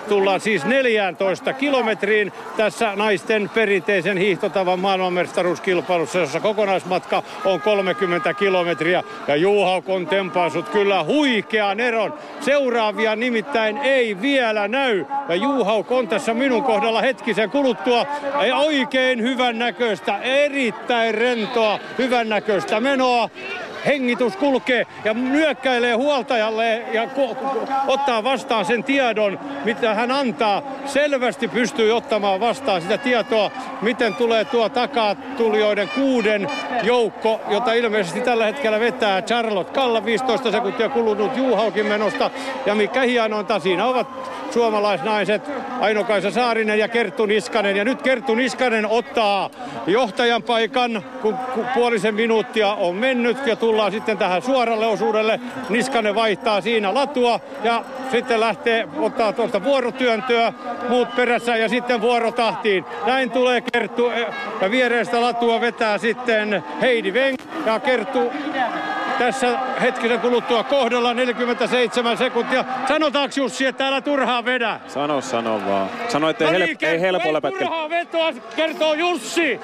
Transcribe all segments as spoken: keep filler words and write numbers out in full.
tullaan siis neljätoista kilometriin tässä naisten perinteisen hiihtotavan maailmanmestaruuskilpailussa, jossa kokonaismatka on kolmekymmentä kilometriä. Ja Juhauk on tempaissut kyllä huikean eron. Seuraavia nimittäin ei vielä näy. Ja Juhauk on tässä minun kohdalla hetkisen kuluttua oikein hyvän näköistä, erittäin rentoa, hyvän näköistä menoa. Hengitys kulkee ja nyökkäilee huoltajalle ja ko- ko- ottaa vastaan sen tiedon, mitä hän antaa. Selvästi pystyy ottamaan vastaan sitä tietoa, miten tulee tuo takatulijoiden kuuden joukko, jota ilmeisesti tällä hetkellä vetää Charlotte Kalla, viisitoista sekuntia kulunut Juhaukin menosta. Ja mikä hienointa, siinä ovat suomalaisnaiset Aino-Kaisa Saarinen ja Kerttu Niskanen. Ja nyt Kerttu Niskanen ottaa johtajan paikan, kun puolisen minuuttia on mennyt ja tullaan sitten tähän suoralle osuudelle. Niskanen vaihtaa siinä latua ja sitten lähtee ottaa tuosta vuorotyöntöä, muut perässä ja sitten vuorotahtiin. Näin tulee Kerttu ja viereistä latua vetää sitten Heidi Weng ja Kerttu tässä hetkisen kuluttua kohdalla neljäkymmentäseitsemän sekuntia. Sanotaanko Jussi, että älä turhaan vedä? Sano, sano vaan. Sano, että no ei, niin, hel- ei helpolla pätkä. Ei turhaa vetoa, kertoo Jussi.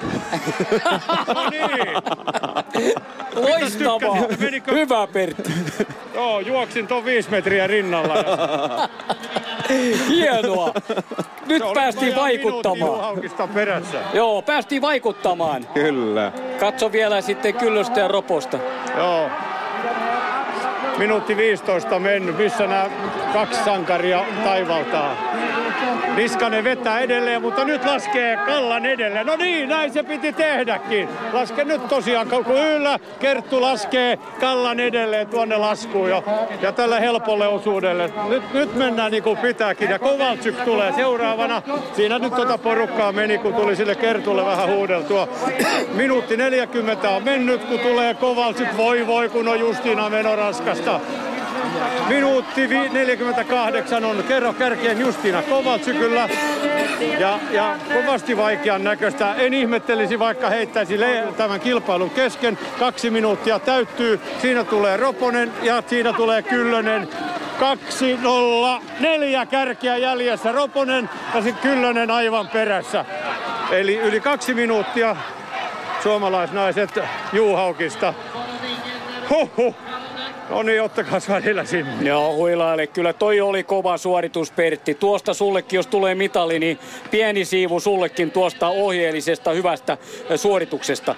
No niin. Loistavaa. Hyvä Pertti. Joo, juoksin ton viisi metriä rinnalla. Ja... Hienoa. Nyt päästiin vaikuttamaan. Perässä. Joo, päästiin vaikuttamaan. Kyllä. Katso vielä sitten Kyllöstä ja Roposta. Joo. Minuutti viisitoista mennyt. Missä nämä kaksi sankaria taivaltaa? Niskanen vetää edelleen, mutta nyt laskee Kallan edelleen. No niin, näin se piti tehdäkin. Laske nyt tosiaan, kun yllä Kerttu laskee Kallan edelleen tuonne laskuun jo. Ja tällä helpolle osuudelle. Nyt, nyt mennään niin kuin pitääkin. Ja Kovalczyk tulee seuraavana. Siinä nyt tota porukkaa meni, kun tuli sille Kertulle vähän huudeltua. Minuutti neljäkymmentä on mennyt, kun tulee Kovalczyk. Voi voi, kun on Justiina meno raskasta. Minuutti neljäkymmentäkahdeksan on kerro kärkeen Justiina Kovalczykilla. Ja, ja kovasti vaikean näköistä. En ihmettelisi, vaikka heittäisi le- tämän kilpailun kesken. Kaksi minuuttia täyttyy. Siinä tulee Roponen ja siinä tulee Kyllönen. kaksi nolla neljä kärkeä jäljessä. Roponen ja sitten Kyllönen aivan perässä. Eli yli kaksi minuuttia suomalaisnaiset Juhaukista. Huhhuh. No niin, ottakaa välillä sinne. Joo, huilaille. Kyllä toi oli kova suoritus, Pertti. Tuosta sullekin, jos tulee mitali, niin pieni siivu sullekin tuosta ohjeellisesta hyvästä suorituksesta.